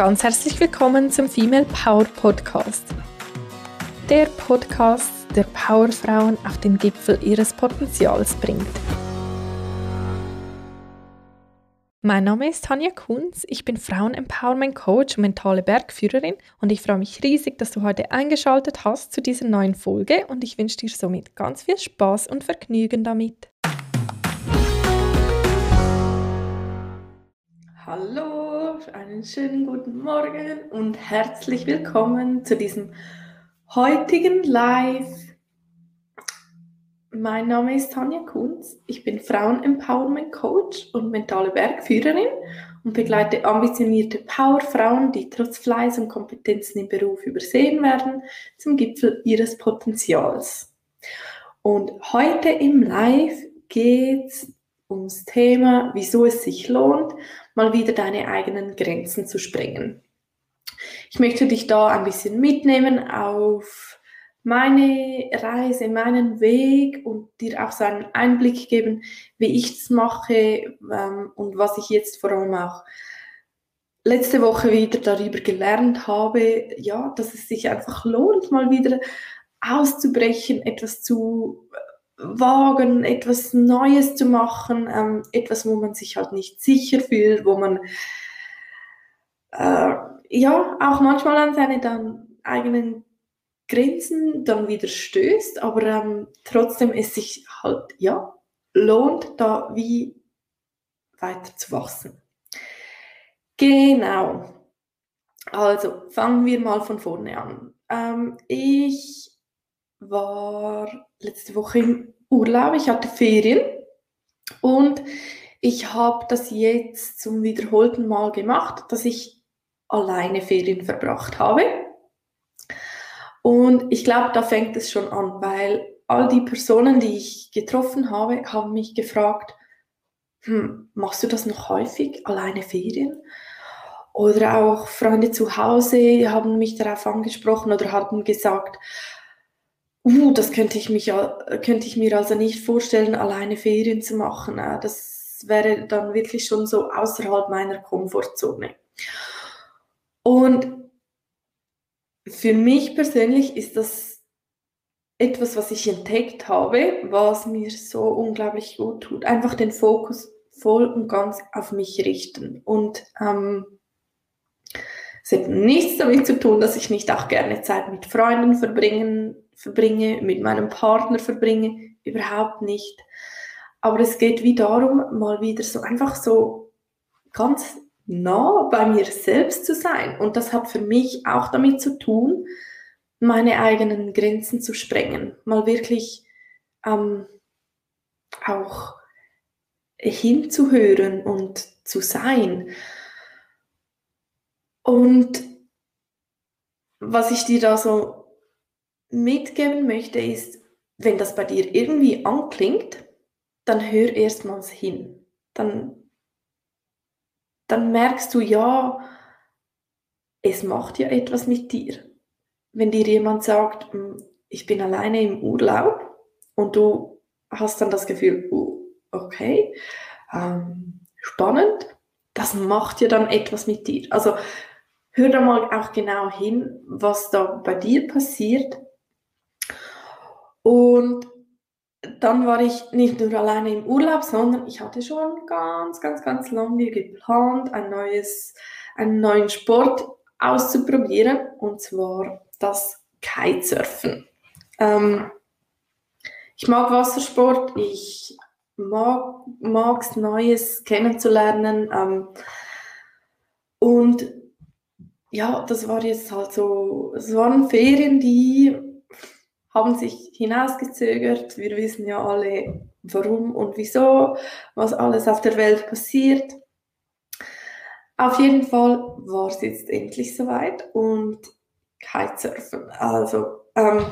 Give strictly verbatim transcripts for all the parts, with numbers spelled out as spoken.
ganz herzlich willkommen zum Female Power Podcast. Der Podcast, der Powerfrauen auf den Gipfel ihres Potenzials bringt. Mein Name ist Tanja Kunz, ich bin Frauen-Empowerment-Coach und mentale Bergführerin und ich freue mich riesig, dass du heute eingeschaltet hast zu dieser neuen Folge und ich wünsche dir somit ganz viel Spaß und Vergnügen damit. Hallo, einen schönen guten Morgen und herzlich willkommen zu diesem heutigen Live. Mein Name ist Tanja Kunz, ich bin Frauen-Empowerment-Coach und mentale Bergführerin und begleite ambitionierte Powerfrauen, die trotz Fleiß und Kompetenzen im Beruf übersehen werden, zum Gipfel ihres Potenzials. Und heute im Live geht es ums Thema, wieso es sich lohnt, mal wieder deine eigenen Grenzen zu sprengen. Ich möchte dich da ein bisschen mitnehmen auf meine Reise, meinen Weg und dir auch so einen Einblick geben, wie ich es mache ähm, und was ich jetzt vor allem auch letzte Woche wieder darüber gelernt habe, ja, dass es sich einfach lohnt, mal wieder auszubrechen, etwas zu wagen, etwas Neues zu machen, ähm, etwas, wo man sich halt nicht sicher fühlt, wo man äh, ja auch manchmal an seine dann eigenen Grenzen dann wieder stößt, aber ähm, trotzdem es sich halt ja lohnt, da wie weiter zu wachsen. Genau. Also fangen wir mal von vorne an. Ähm, ich war letzte Woche im Urlaub, ich hatte Ferien und ich habe das jetzt zum wiederholten Mal gemacht, dass ich alleine Ferien verbracht habe. Und ich glaube, da fängt es schon an, weil all die Personen, die ich getroffen habe, haben mich gefragt, hm, machst du das noch häufig, alleine Ferien? Oder auch Freunde zu Hause haben mich darauf angesprochen oder hatten gesagt, Uh, das könnte ich, mich, könnte ich mir also nicht vorstellen, alleine Ferien zu machen. Das wäre dann wirklich schon so außerhalb meiner Komfortzone. Und für mich persönlich ist das etwas, was ich entdeckt habe, was mir so unglaublich gut tut. Einfach den Fokus voll und ganz auf mich richten. Und ähm, es hat nichts damit zu tun, dass ich nicht auch gerne Zeit mit Freunden verbringen, verbringe, mit meinem Partner verbringe, überhaupt nicht. Aber es geht wie darum, mal wieder so einfach so ganz nah bei mir selbst zu sein. Und das hat für mich auch damit zu tun, meine eigenen Grenzen zu sprengen. Mal wirklich ähm, auch hinzuhören und zu sein. Und was ich dir da so mitgeben möchte, ist, wenn das bei dir irgendwie anklingt, dann hör erstmals hin. Dann, dann merkst du, ja, es macht ja etwas mit dir. Wenn dir jemand sagt, ich bin alleine im Urlaub und du hast dann das Gefühl, uh, okay, ähm, spannend, das macht ja dann etwas mit dir. Also hör da mal auch genau hin, was da bei dir passiert. Und dann war ich nicht nur alleine im Urlaub, sondern ich hatte schon ganz, ganz, ganz lange geplant, ein neues, einen neuen Sport auszuprobieren, und zwar das Kitesurfen. Ähm, ich mag Wassersport, ich mag es, Neues kennenzulernen. Ähm, und ja, das war jetzt halt so, es waren Ferien, die haben sich hinausgezögert. Wir wissen ja alle, warum und wieso, was alles auf der Welt passiert. Auf jeden Fall war es jetzt endlich soweit und Kitesurfen. Also ähm,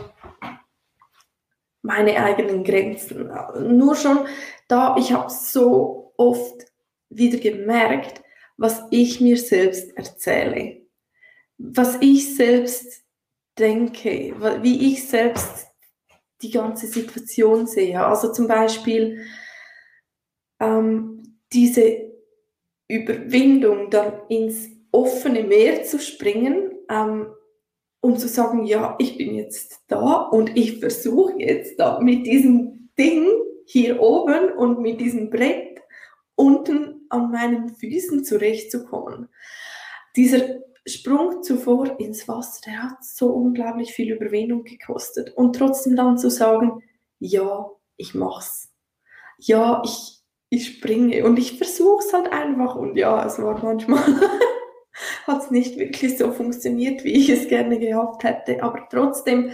meine eigenen Grenzen. Nur schon da, ich habe so oft wieder gemerkt, was ich mir selbst erzähle. Was ich selbst denke, wie ich selbst die ganze Situation sehe. Also zum Beispiel ähm, diese Überwindung, dann ins offene Meer zu springen, ähm, um zu sagen, ja, ich bin jetzt da und ich versuche jetzt da mit diesem Ding hier oben und mit diesem Brett unten an meinen Füßen zurechtzukommen. Dieser Sprung zuvor ins Wasser, der hat so unglaublich viel Überwindung gekostet. Und trotzdem dann zu sagen, ja, ich mach's. Ja, ich, ich springe und ich versuche es halt einfach. Und ja, es war manchmal, hat es nicht wirklich so funktioniert, wie ich es gerne gehabt hätte. Aber trotzdem,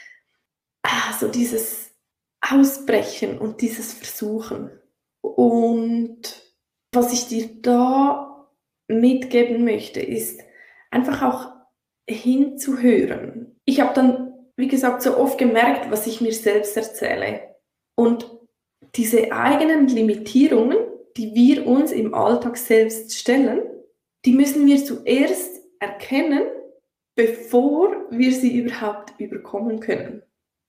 ah, so dieses Ausbrechen und dieses Versuchen. Und was ich dir da mitgeben möchte, ist einfach auch hinzuhören. Ich habe dann, wie gesagt, so oft gemerkt, was ich mir selbst erzähle. Und diese eigenen Limitierungen, die wir uns im Alltag selbst stellen, die müssen wir zuerst erkennen, bevor wir sie überhaupt überkommen können.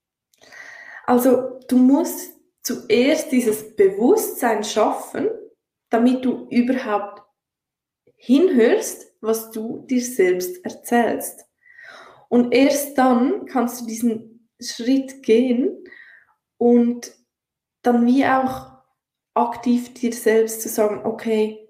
Also du musst zuerst dieses Bewusstsein schaffen, damit du überhaupt hinhörst, was du dir selbst erzählst. Und erst dann kannst du diesen Schritt gehen und dann wie auch aktiv dir selbst zu sagen, okay,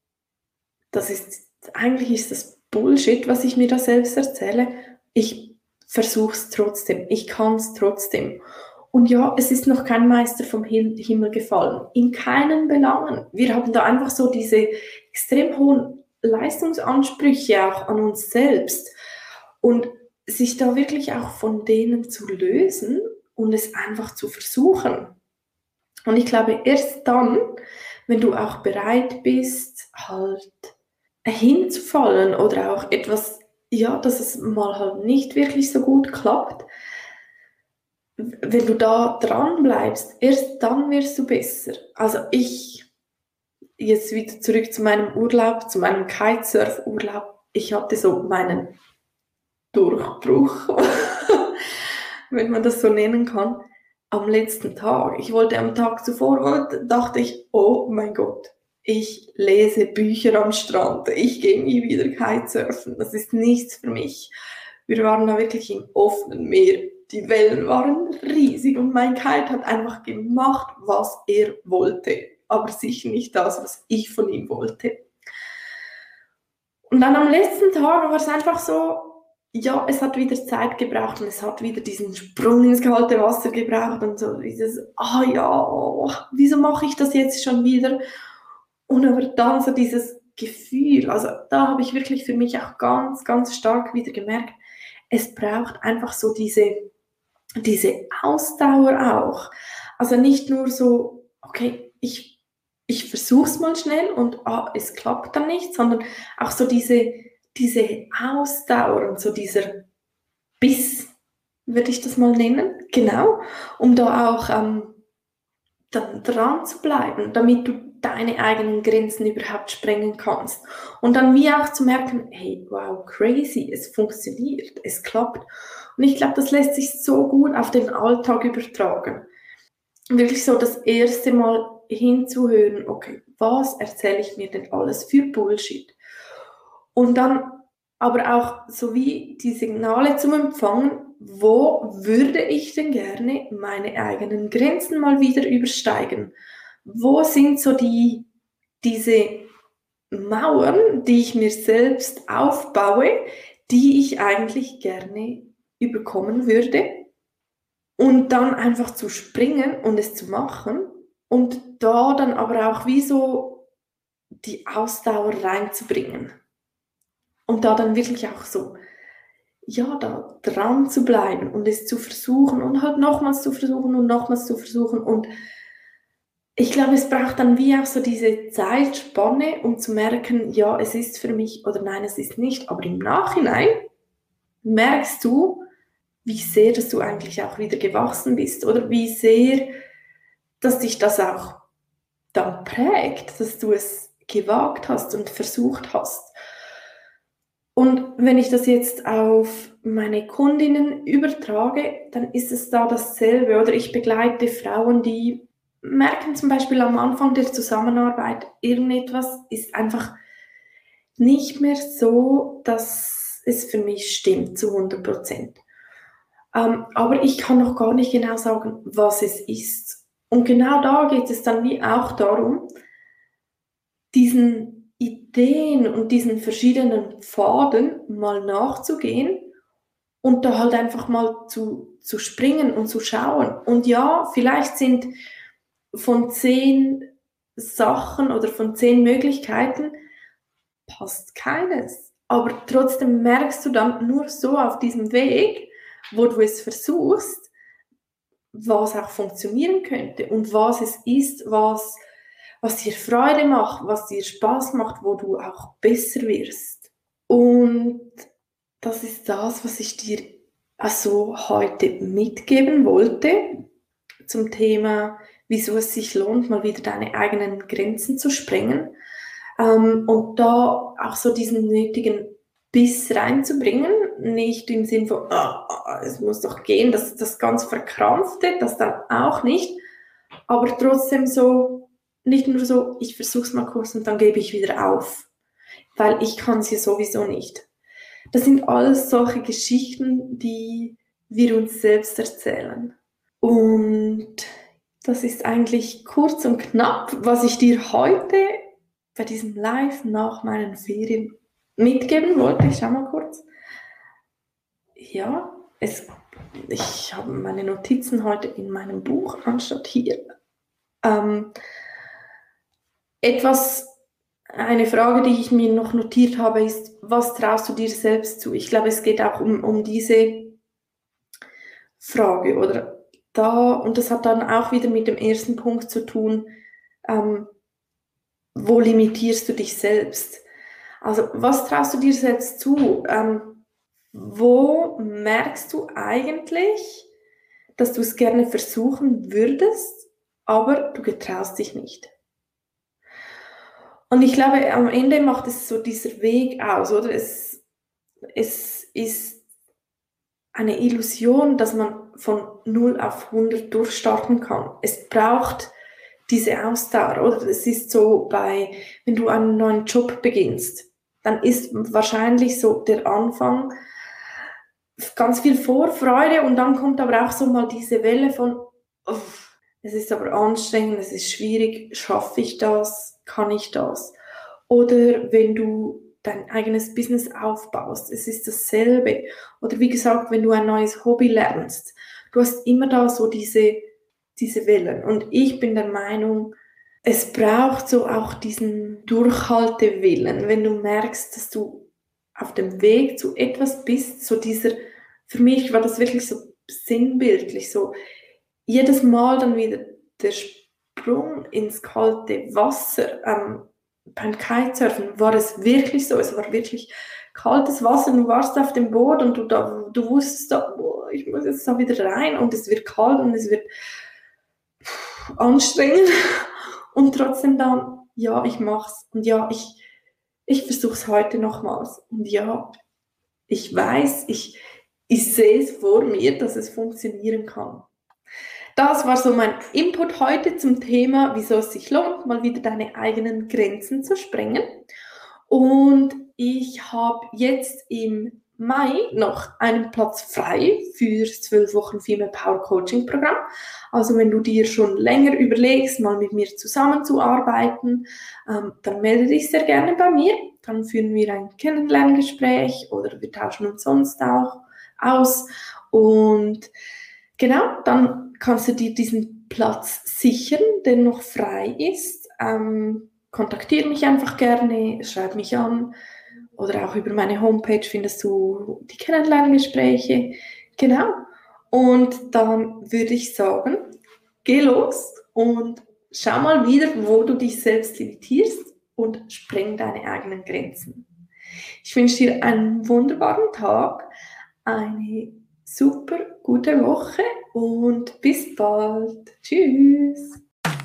das ist, eigentlich ist das Bullshit, was ich mir da selbst erzähle. Ich versuche es trotzdem, ich kann es trotzdem. Und ja, es ist noch kein Meister vom Himmel gefallen, in keinen Belangen. Wir haben da einfach so diese extrem hohen Leistungsansprüche auch an uns selbst. Und sich da wirklich auch von denen zu lösen und es einfach zu versuchen. Und ich glaube, erst dann, wenn du auch bereit bist, halt hinzufallen oder auch etwas, ja, dass es mal halt nicht wirklich so gut klappt, wenn du da dran bleibst, erst dann wirst du besser. Also ich, jetzt wieder zurück zu meinem Urlaub, zu meinem Kitesurf-Urlaub, ich hatte so meinen Durchbruch, wenn man das so nennen kann, am letzten Tag. Ich wollte am Tag zuvor und dachte ich, oh mein Gott, ich lese Bücher am Strand, ich gehe nie wieder Kitesurfen, das ist nichts für mich. Wir waren da wirklich im offenen Meer, die Wellen waren riesig und mein Kite hat einfach gemacht, was er wollte, aber sicher nicht das, was ich von ihm wollte. Und dann am letzten Tag war es einfach so, ja, es hat wieder Zeit gebraucht und es hat wieder diesen Sprung ins kalte Wasser gebraucht und so dieses, ah ja, wieso mache ich das jetzt schon wieder? Und aber dann so dieses Gefühl, also da habe ich wirklich für mich auch ganz, ganz stark wieder gemerkt, es braucht einfach so diese, diese Ausdauer auch. Also nicht nur so, okay, ich, ich versuche es mal schnell und ah, es klappt dann nicht, sondern auch so diese, diese Ausdauer und so dieser Biss, würde ich das mal nennen, genau, um da auch ähm, dann dran zu bleiben, damit du deine eigenen Grenzen überhaupt sprengen kannst. Und dann wie auch zu merken, hey, wow, crazy, es funktioniert, es klappt. Und ich glaube, das lässt sich so gut auf den Alltag übertragen. Wirklich so das erste Mal hinzuhören, okay, was erzähle ich mir denn alles für Bullshit? Und dann aber auch so wie die Signale zum Empfangen, wo würde ich denn gerne meine eigenen Grenzen mal wieder übersteigen? Wo sind so die, diese Mauern, die ich mir selbst aufbaue, die ich eigentlich gerne überkommen würde? Und dann einfach zu springen und es zu machen und da dann aber auch wie so die Ausdauer reinzubringen. Und da dann wirklich auch so, ja, da dran zu bleiben und es zu versuchen und halt nochmals zu versuchen und nochmals zu versuchen. Und ich glaube, es braucht dann wie auch so diese Zeitspanne, um zu merken, ja, es ist für mich oder nein, es ist nicht. Aber im Nachhinein merkst du, wie sehr, dass du eigentlich auch wieder gewachsen bist oder wie sehr, dass dich das auch dann prägt, dass du es gewagt hast und versucht hast. Und wenn ich das jetzt auf meine Kundinnen übertrage, dann ist es da dasselbe. Oder ich begleite Frauen, die merken zum Beispiel am Anfang der Zusammenarbeit, irgendetwas ist einfach nicht mehr so, dass es für mich stimmt zu hundert Prozent. Ähm, aber ich kann noch gar nicht genau sagen, was es ist. Und genau da geht es dann wie auch darum, diesen Ideen und diesen verschiedenen Pfaden mal nachzugehen und da halt einfach mal zu, zu springen und zu schauen. Und ja, vielleicht sind von zehn Sachen oder von zehn Möglichkeiten passt keines. Aber trotzdem merkst du dann nur so auf diesem Weg, wo du es versuchst, was auch funktionieren könnte und was es ist, was, was dir Freude macht, was dir Spaß macht, wo du auch besser wirst. Und das ist das, was ich dir also heute mitgeben wollte zum Thema, wieso es sich lohnt, mal wieder deine eigenen Grenzen zu sprengen. Ähm, und da auch so diesen nötigen Biss reinzubringen, nicht im Sinn von, ah, ah, es muss doch gehen, das, das ganz Verkrampfte, das dann auch nicht, aber trotzdem so, nicht nur so, ich versuch's mal kurz und dann gebe ich wieder auf, weil ich kann es ja sowieso nicht. Das sind alles solche Geschichten, die wir uns selbst erzählen. Und das ist eigentlich kurz und knapp, was ich dir heute bei diesem Live nach meinen Ferien mitgeben wollte. Ich schau mal kurz. Ja, es, ich habe meine Notizen heute in meinem Buch anstatt hier. Ähm, etwas, eine Frage, die ich mir noch notiert habe, ist, was traust du dir selbst zu? Ich glaube, es geht auch um, um diese Frage, oder da, und das hat dann auch wieder mit dem ersten Punkt zu tun, ähm, wo limitierst du dich selbst? Also, was traust du dir selbst zu? Ähm, wo merkst du eigentlich, dass du es gerne versuchen würdest, aber du getraust dich nicht? Und ich glaube, am Ende macht es so dieser Weg aus, oder? Es, es ist eine Illusion, dass man von null auf hundert durchstarten kann. Es braucht diese Ausdauer, oder? Es ist so bei, wenn du einen neuen Job beginnst, dann ist wahrscheinlich so der Anfang ganz viel Vorfreude und dann kommt aber auch so mal diese Welle von, oh, es ist aber anstrengend, es ist schwierig, schaffe ich das, kann ich das? Oder wenn du dein eigenes Business aufbaust, es ist dasselbe. Oder wie gesagt, wenn du ein neues Hobby lernst, du hast immer da so diese, diese Wellen. Und ich bin der Meinung, es braucht so auch diesen Durchhaltewillen, wenn du merkst, dass du auf dem Weg zu etwas bist, so dieser, für mich war das wirklich so sinnbildlich, so jedes Mal dann wieder der Sprung ins kalte Wasser, ähm, beim Kitesurfen war es wirklich so, es war wirklich kaltes Wasser, du warst auf dem Boot und du, da, du wusstest, da, boah, ich muss jetzt da wieder rein und es wird kalt und es wird anstrengend und trotzdem dann, ja, ich mach's und ja, ich, ich versuch's heute nochmals und ja, ich weiß, ich, ich sehe es vor mir, dass es funktionieren kann. Das war so mein Input heute zum Thema, wieso es sich lohnt, mal wieder deine eigenen Grenzen zu sprengen. Und ich habe jetzt im Mai noch einen Platz frei für das zwölf Wochen Female Power Coaching Programm. Also wenn du dir schon länger überlegst, mal mit mir zusammenzuarbeiten, ähm, dann melde dich sehr gerne bei mir. Dann führen wir ein Kennenlerngespräch oder wir tauschen uns sonst auch aus. Und genau, dann kannst du dir diesen Platz sichern, der noch frei ist. Ähm, kontaktiere mich einfach gerne, schreib mich an oder auch über meine Homepage findest du die Kennenlerngespräche. Genau. Und dann würde ich sagen, geh los und schau mal wieder, wo du dich selbst limitierst und spreng deine eigenen Grenzen. Ich wünsche dir einen wunderbaren Tag, eine super gute Woche und bis bald. Tschüss.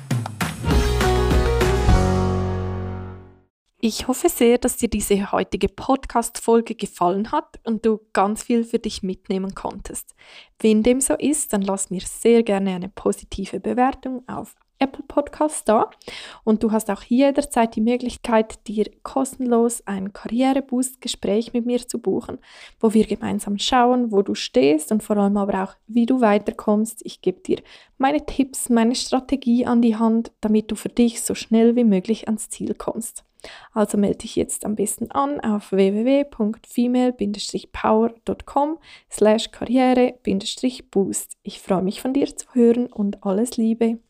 Ich hoffe sehr, dass dir diese heutige Podcast-Folge gefallen hat und du ganz viel für dich mitnehmen konntest. Wenn dem so ist, dann lass mir sehr gerne eine positive Bewertung auf Apple Podcasts da. Und du hast auch jederzeit die Möglichkeit, dir kostenlos ein Karriereboost-Gespräch mit mir zu buchen, wo wir gemeinsam schauen, wo du stehst und vor allem aber auch, wie du weiterkommst. Ich gebe dir meine Tipps, meine Strategie an die Hand, damit du für dich so schnell wie möglich ans Ziel kommst. Also melde dich jetzt am besten an auf w w w punkt female power punkt com slash karriere boost. Ich freue mich von dir zu hören und alles Liebe.